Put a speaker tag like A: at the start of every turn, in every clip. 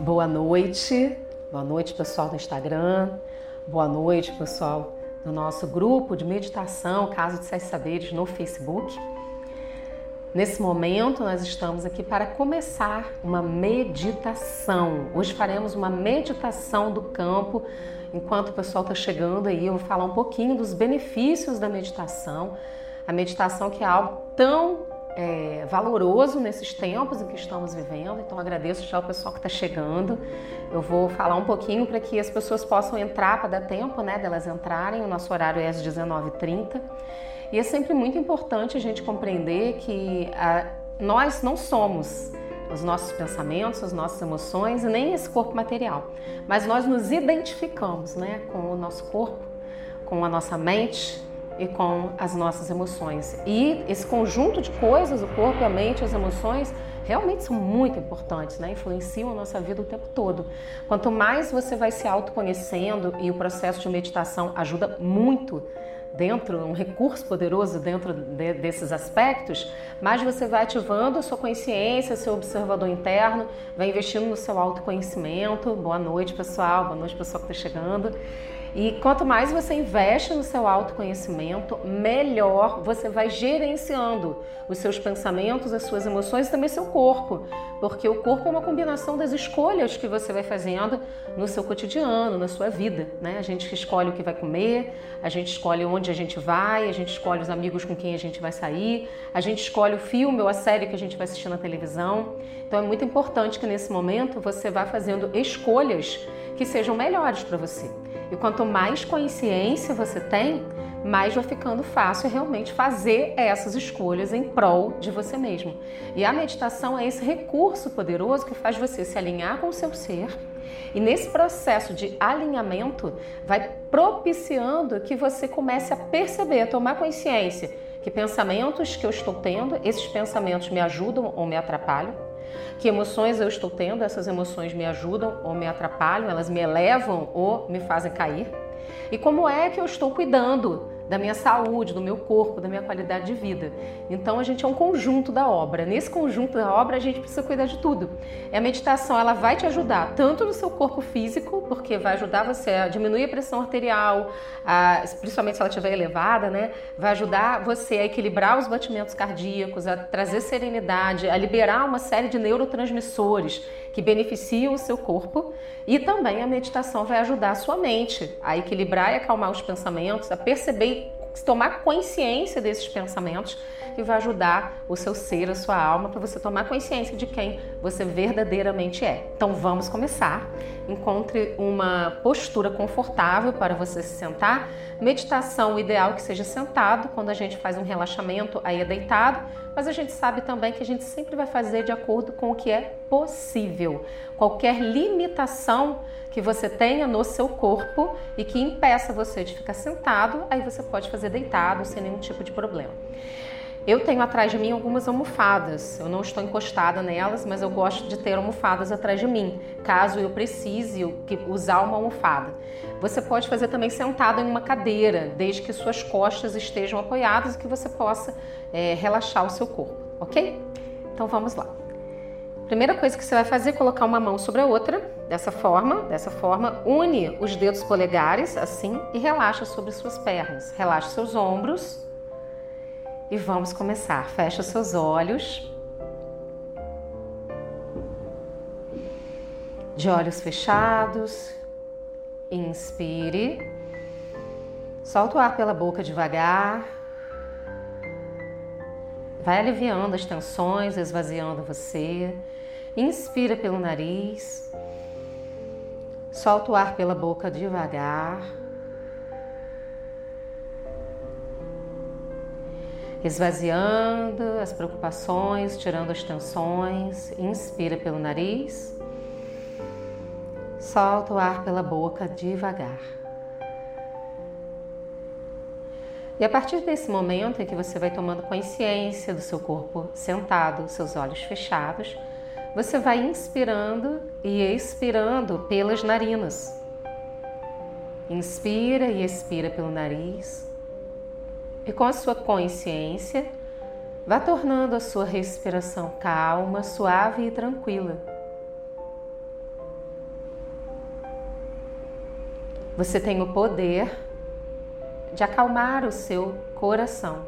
A: Boa noite pessoal do Instagram, boa noite pessoal do nosso grupo de meditação Casa de Sete Saberes no Facebook. Nesse momento nós estamos aqui para começar uma meditação. Hoje faremos uma meditação do campo. Enquanto o pessoal está chegando aí, eu vou falar um pouquinho dos benefícios da meditação. A meditação que é algo tão valoroso nesses tempos em que estamos vivendo, então agradeço já o pessoal que está chegando. Eu vou falar um pouquinho para que as pessoas possam entrar, para dar tempo delas entrarem. O nosso horário é às 19h30 e é sempre muito importante a gente compreender que nós não somos os nossos pensamentos, as nossas emoções e nem esse corpo material, mas nós nos identificamos com o nosso corpo, com a nossa mente e com as nossas emoções. E esse conjunto de coisas, o corpo, a mente, as emoções, realmente são muito importantes, influenciam a nossa vida o tempo todo. Quanto mais você vai se autoconhecendo, e o processo de meditação ajuda muito um recurso poderoso dentro desses aspectos, mais você vai ativando a sua consciência, seu observador interno, vai investindo no seu autoconhecimento. Boa noite, pessoal. Boa noite, pessoal que está chegando. E quanto mais você investe no seu autoconhecimento, melhor você vai gerenciando os seus pensamentos, as suas emoções e também seu corpo. Porque o corpo é uma combinação das escolhas que você vai fazendo no seu cotidiano, na sua vida. A gente escolhe o que vai comer, a gente escolhe onde a gente vai, a gente escolhe os amigos com quem a gente vai sair, a gente escolhe o filme ou a série que a gente vai assistir na televisão. Então é muito importante que nesse momento você vá fazendo escolhas que sejam melhores para você. E quanto mais consciência você tem, mais vai ficando fácil realmente fazer essas escolhas em prol de você mesmo. E a meditação é esse recurso poderoso que faz você se alinhar com o seu ser. E nesse processo de alinhamento, vai propiciando que você comece a perceber, a tomar consciência que pensamentos que eu estou tendo, esses pensamentos me ajudam ou me atrapalham. Que emoções eu estou tendo, essas emoções me ajudam ou me atrapalham, elas me elevam ou me fazem cair. E como é que eu estou cuidando da minha saúde, do meu corpo, da minha qualidade de vida. Então a gente é um conjunto da obra. Nesse conjunto da obra a gente precisa cuidar de tudo. E a meditação ela vai te ajudar tanto no seu corpo físico, porque vai ajudar você a diminuir a pressão arterial, principalmente se ela estiver elevada, vai ajudar você a equilibrar os batimentos cardíacos, a trazer serenidade, a liberar uma série de neurotransmissores que beneficiam o seu corpo. E também a meditação vai ajudar a sua mente a equilibrar e acalmar os pensamentos, a perceber, tomar consciência desses pensamentos, que vai ajudar o seu ser, a sua alma, para você tomar consciência de quem você verdadeiramente é. Então vamos começar. Encontre uma postura confortável para você se sentar. Meditação, o ideal que seja sentado. Quando a gente faz um relaxamento, aí é deitado. Mas a gente sabe também que a gente sempre vai fazer de acordo com o que é possível. Qualquer limitação que você tenha no seu corpo e que impeça você de ficar sentado, aí você pode fazer deitado sem nenhum tipo de problema. Eu tenho atrás de mim algumas almofadas, eu não estou encostada nelas, mas eu gosto de ter almofadas atrás de mim, caso eu precise usar uma almofada. Você pode fazer também sentado em uma cadeira, desde que suas costas estejam apoiadas e que você possa relaxar o seu corpo, ok? Então vamos lá. Primeira coisa que você vai fazer é colocar uma mão sobre a outra, dessa forma, une os dedos polegares assim e relaxa sobre suas pernas, relaxa seus ombros. E vamos começar. Fecha seus olhos. De olhos fechados, inspire. Solta o ar pela boca devagar. Vai aliviando as tensões, esvaziando você. Inspira pelo nariz. Solta o ar pela boca devagar. Esvaziando as preocupações, tirando as tensões. Inspira pelo nariz. Solta o ar pela boca devagar. E a partir desse momento em que você vai tomando consciência do seu corpo sentado, seus olhos fechados, você vai inspirando e expirando pelas narinas. Inspira e expira pelo nariz. E com a sua consciência, vá tornando a sua respiração calma, suave e tranquila. Você tem o poder de acalmar o seu coração.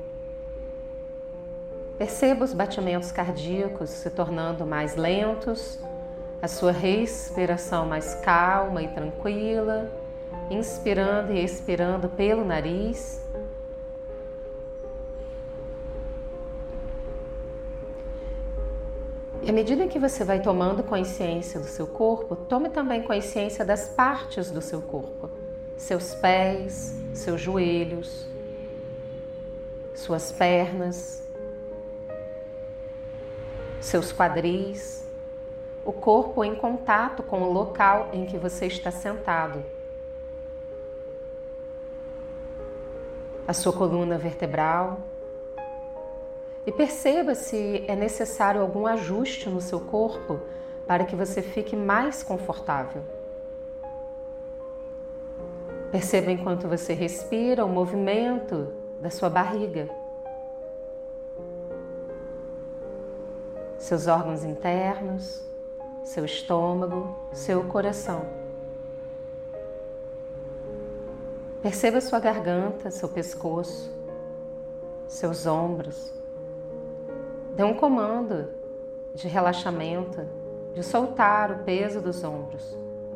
A: Perceba os batimentos cardíacos se tornando mais lentos, a sua respiração mais calma e tranquila, inspirando e expirando pelo nariz. E à medida que você vai tomando consciência do seu corpo, tome também consciência das partes do seu corpo. Seus pés, seus joelhos, suas pernas, seus quadris, o corpo em contato com o local em que você está sentado, a sua coluna vertebral, e perceba se é necessário algum ajuste no seu corpo para que você fique mais confortável. Perceba enquanto você respira o movimento da sua barriga, seus órgãos internos, seu estômago, seu coração. Perceba sua garganta, seu pescoço, seus ombros. Dê um comando de relaxamento, de soltar o peso dos ombros.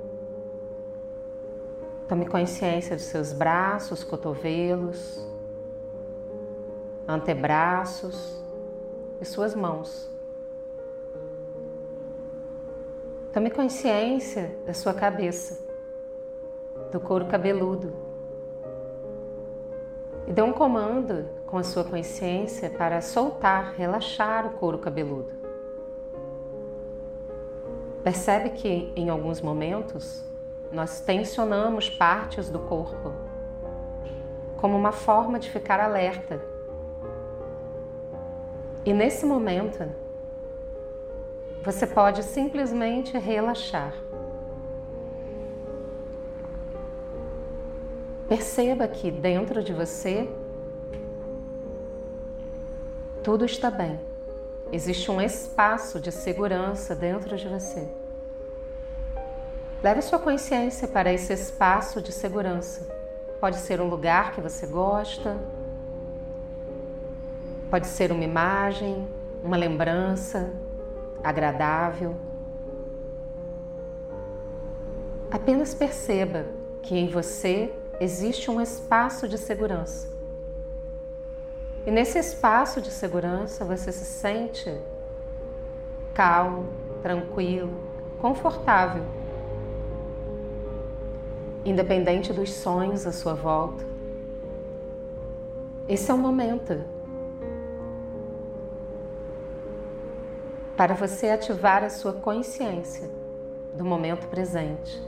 A: Tome consciência dos seus braços, cotovelos, antebraços e suas mãos. Tome consciência da sua cabeça, do couro cabeludo. E dê um comando com a sua consciência para soltar, relaxar o couro cabeludo. Percebe que em alguns momentos nós tensionamos partes do corpo como uma forma de ficar alerta. E nesse momento, você pode simplesmente relaxar. Perceba que dentro de você tudo está bem. Existe um espaço de segurança dentro de você. Leve sua consciência para esse espaço de segurança. Pode ser um lugar que você gosta, pode ser uma imagem, uma lembrança agradável. Apenas perceba que em você existe um espaço de segurança. E nesse espaço de segurança você se sente calmo, tranquilo, confortável. Independente dos sonhos à sua volta. Esse é o momento para você ativar a sua consciência do momento presente.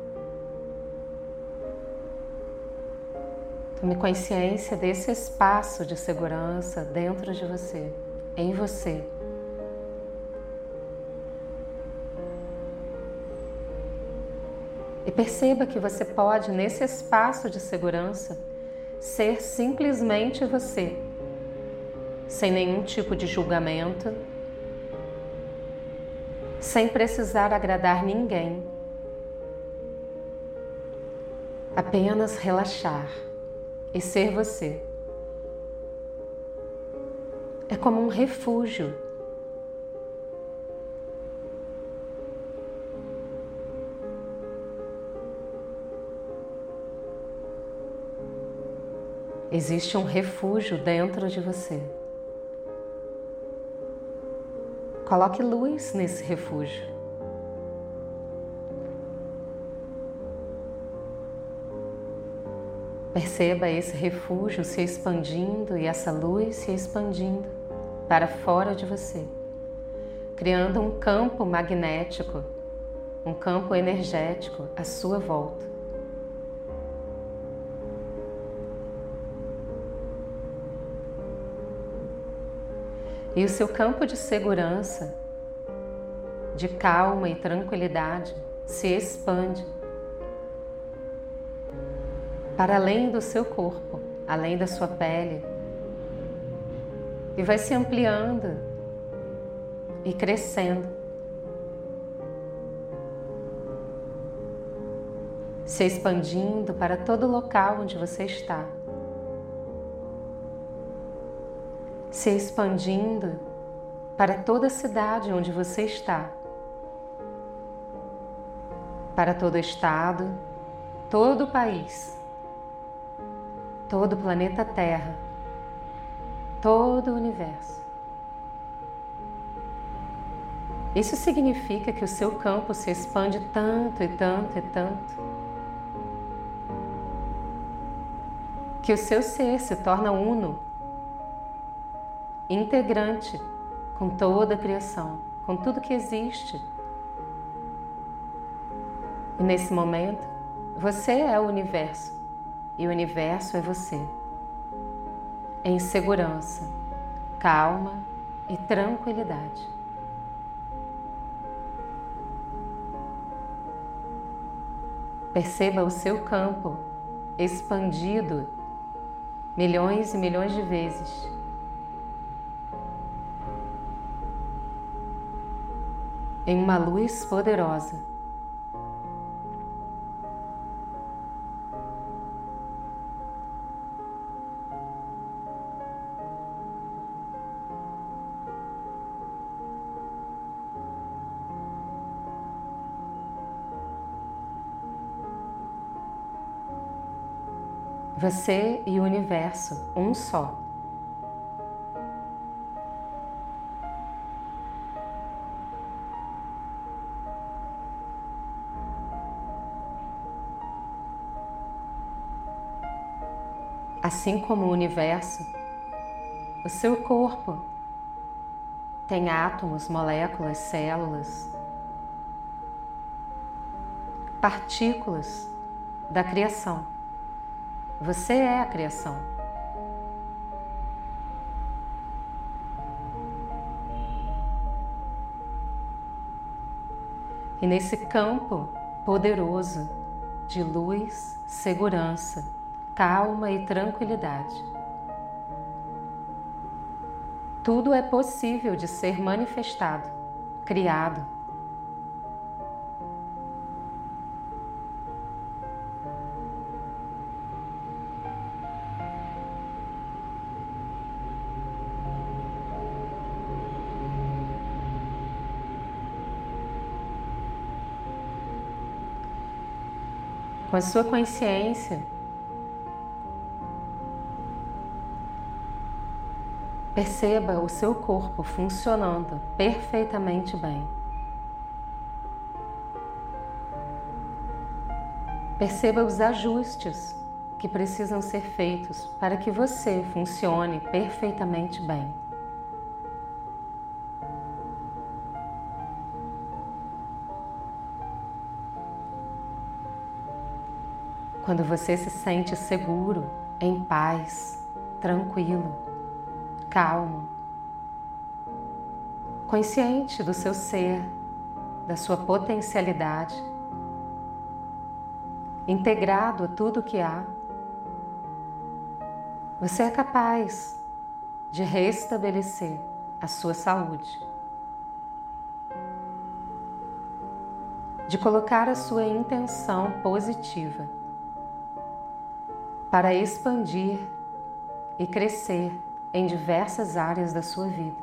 A: Tome consciência desse espaço de segurança dentro de você, em você. E perceba que você pode, nesse espaço de segurança, ser simplesmente você, sem nenhum tipo de julgamento, sem precisar agradar ninguém. Apenas relaxar e ser você. É como um refúgio. Existe um refúgio dentro de você. Coloque luz nesse refúgio. Perceba esse refúgio se expandindo e essa luz se expandindo para fora de você, criando um campo magnético, um campo energético à sua volta. E o seu campo de segurança, de calma e tranquilidade se expande para além do seu corpo, além da sua pele, e vai se ampliando e crescendo. se expandindo para todo local onde você está, se expandindo para toda a cidade onde você está, para todo o estado, todo o país, todo o planeta Terra, todo o universo. Isso significa que o seu campo se expande tanto e tanto e tanto, que o seu ser se torna uno, integrante com toda a criação, com tudo que existe. E nesse momento, você é o universo e o universo é você, em segurança, calma e tranquilidade. Perceba o seu campo expandido milhões e milhões de vezes. Em uma luz poderosa. Você e o universo, um só. Assim como o universo, o seu corpo tem átomos, moléculas, células, partículas da criação. Você é a criação. E nesse campo poderoso de luz, segurança, calma e tranquilidade, tudo é possível de ser manifestado, criado. Com a sua consciência, perceba o seu corpo funcionando perfeitamente bem. Perceba os ajustes que precisam ser feitos para que você funcione perfeitamente bem. Quando você se sente seguro, em paz, tranquilo, calmo, consciente do seu ser, da sua potencialidade, integrado a tudo que há, você é capaz de restabelecer a sua saúde, de colocar a sua intenção positiva para expandir e crescer em diversas áreas da sua vida.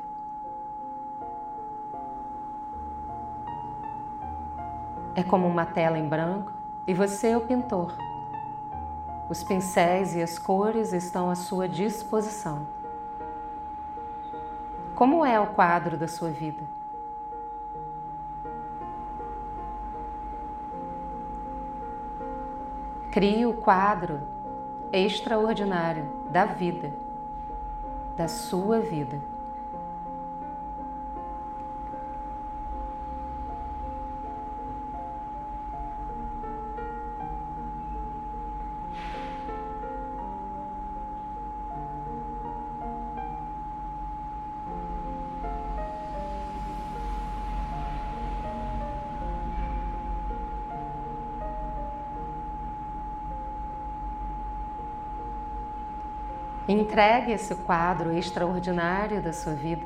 A: É como uma tela em branco e você é o pintor. Os pincéis e as cores estão à sua disposição. Como é o quadro da sua vida? Crie o quadro extraordinário da vida, da sua vida. Entregue esse quadro extraordinário da sua vida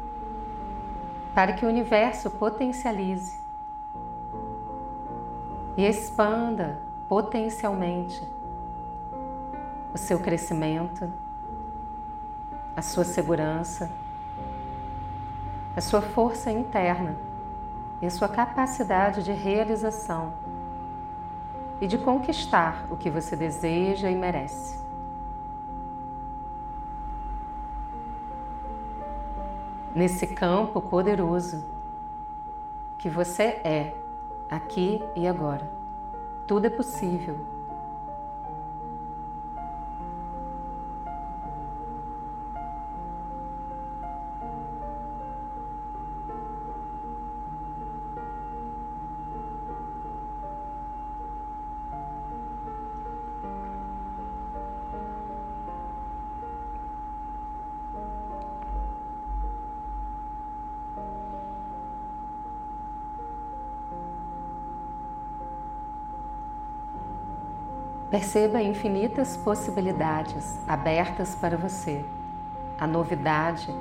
A: para que o universo potencialize e expanda potencialmente o seu crescimento, a sua segurança, a sua força interna e a sua capacidade de realização e de conquistar o que você deseja e merece. Nesse campo poderoso que você é, aqui e agora, tudo é possível. Perceba infinitas possibilidades abertas para você, a novidade,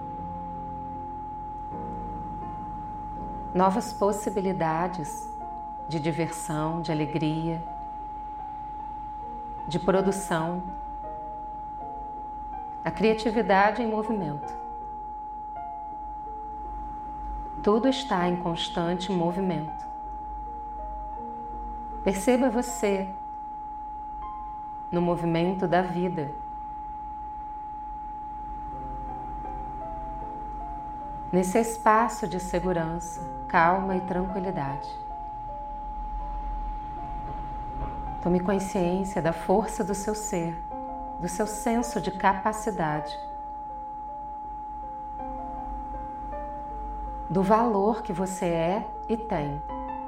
A: novas possibilidades de diversão, de alegria, de produção, a criatividade em movimento. Tudo está em constante movimento. Perceba você no movimento da vida. Nesse espaço de segurança, calma e tranquilidade. Tome consciência da força do seu ser, do seu senso de capacidade, do valor que você é e tem.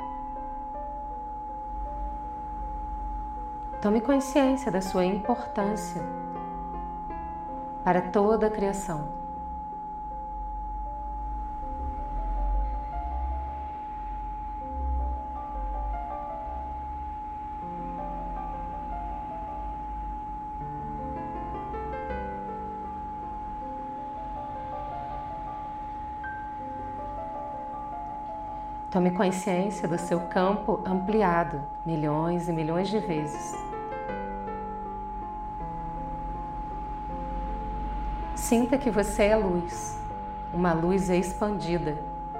A: Tome consciência da sua importância para toda a criação. Tome consciência do seu campo ampliado milhões e milhões de vezes. Sinta que você é luz, uma luz expandida.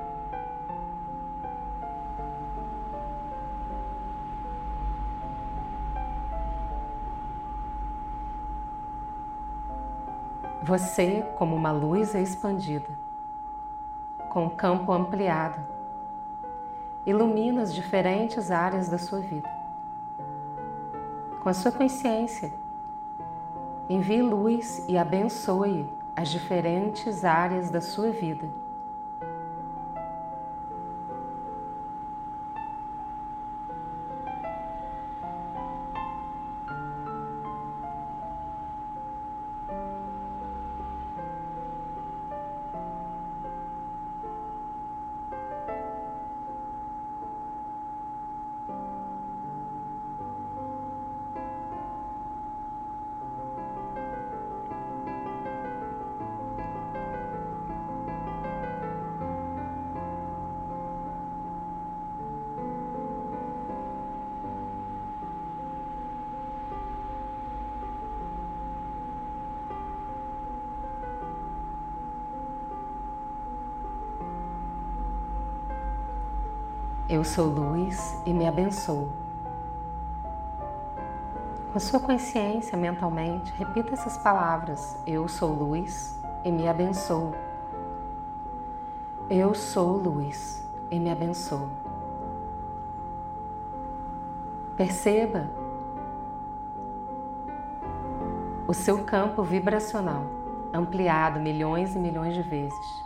A: Você como uma luz expandida, com o campo ampliado, ilumina as diferentes áreas da sua vida. Com a sua consciência, envie luz e abençoe as diferentes áreas da sua vida. Eu sou luz e me abençoo. Com a sua consciência mentalmente, repita essas palavras. Eu sou luz e me abençoo. Eu sou luz e me abençoo. Perceba o seu campo vibracional ampliado milhões e milhões de vezes.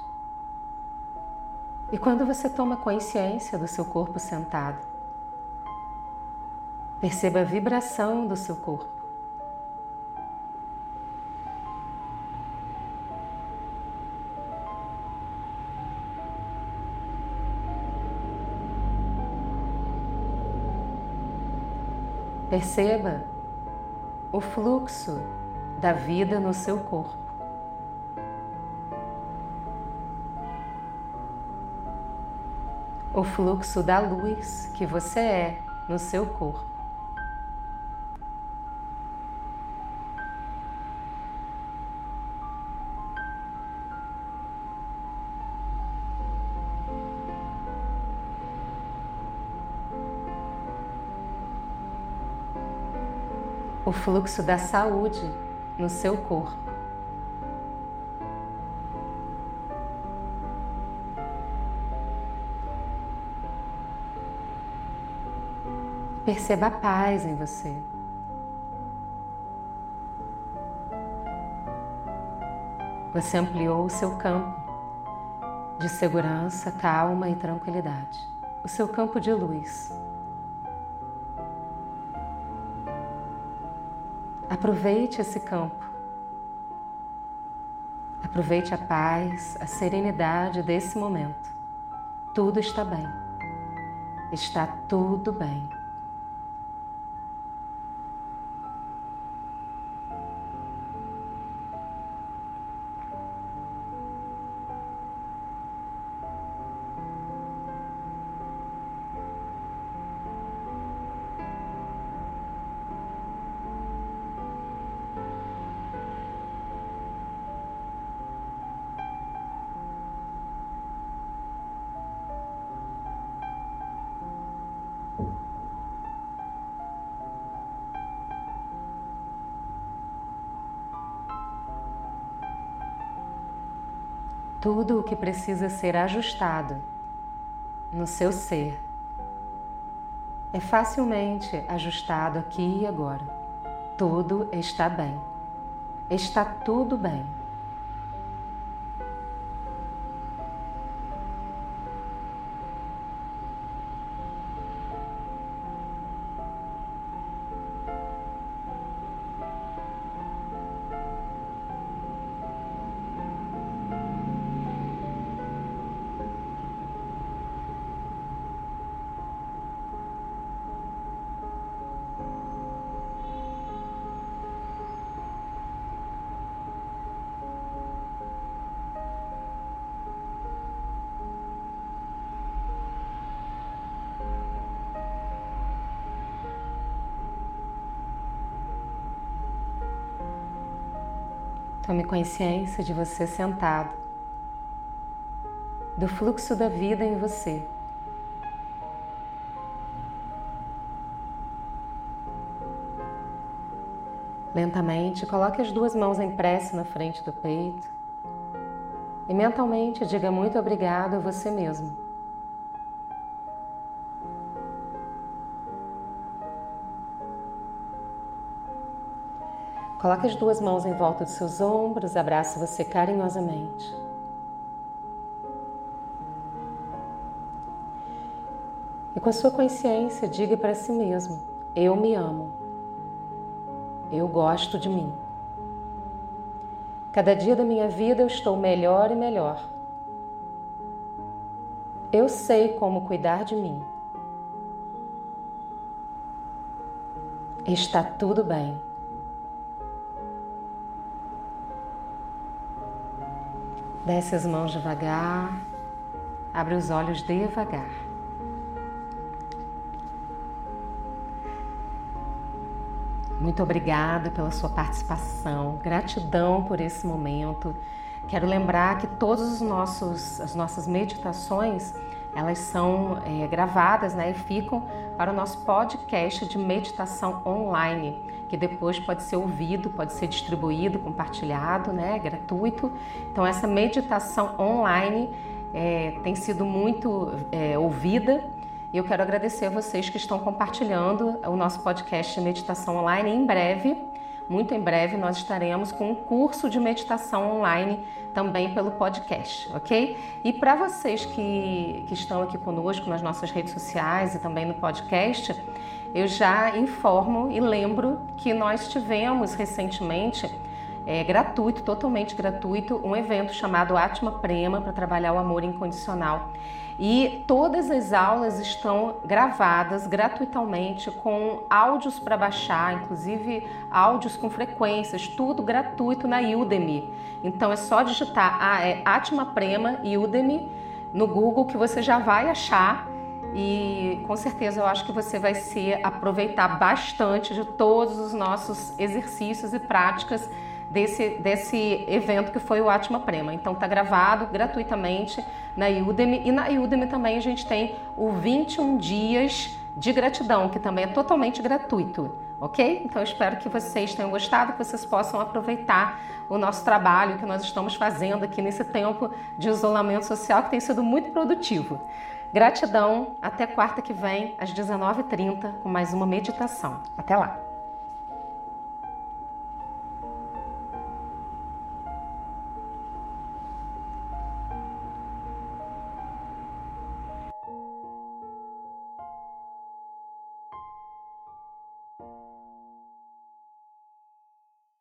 A: E quando você toma consciência do seu corpo sentado, perceba a vibração do seu corpo. Perceba o fluxo da vida no seu corpo. O fluxo da luz que você é no seu corpo. O fluxo da saúde no seu corpo. Perceba a paz em você. Você ampliou o seu campo de segurança, calma e tranquilidade. O seu campo de luz. Aproveite esse campo. Aproveite a paz, a serenidade desse momento. Tudo está bem. Está tudo bem. Tudo o que precisa ser ajustado no seu ser é facilmente ajustado aqui e agora. Tudo está bem. Está tudo bem. Tome consciência de você sentado, do fluxo da vida em você. Lentamente, coloque as duas mãos em prece na frente do peito e mentalmente diga muito obrigado a você mesmo. Coloque as duas mãos em volta dos seus ombros, abrace você carinhosamente. E com a sua consciência, diga para si mesmo: eu me amo. Eu gosto de mim. Cada dia da minha vida eu estou melhor e melhor. Eu sei como cuidar de mim. Está tudo bem. Desce as mãos devagar, abre os olhos devagar. Muito obrigada pela sua participação, gratidão por esse momento. Quero lembrar que as nossas meditações, elas são gravadas, né, e ficam para o nosso podcast de meditação online, que depois pode ser ouvido, pode ser distribuído, compartilhado, né, gratuito. Então essa meditação online tem sido muito ouvida. E eu quero agradecer a vocês que estão compartilhando o nosso podcast de meditação online. Em breve, muito em breve, nós estaremos com um curso de meditação online também pelo podcast, ok? E para vocês que estão aqui conosco nas nossas redes sociais e também no podcast, eu já informo e lembro que nós tivemos recentemente, gratuito, totalmente gratuito, um evento chamado Atma Prema para trabalhar o amor incondicional. E todas as aulas estão gravadas gratuitamente com áudios para baixar, inclusive áudios com frequências, tudo gratuito na Udemy. Então é só digitar Atma Prema Udemy no Google que você já vai achar e com certeza eu acho que você vai se aproveitar bastante de todos os nossos exercícios e práticas desse evento que foi o Atma Prema. Então tá gravado gratuitamente na Udemy, e na Udemy também a gente tem o 21 dias de gratidão, que também é totalmente gratuito, ok? Então eu espero que vocês tenham gostado, que vocês possam aproveitar o nosso trabalho que nós estamos fazendo aqui nesse tempo de isolamento social, que tem sido muito produtivo. Gratidão, até quarta que vem, às 19h30, com mais uma meditação. Até lá!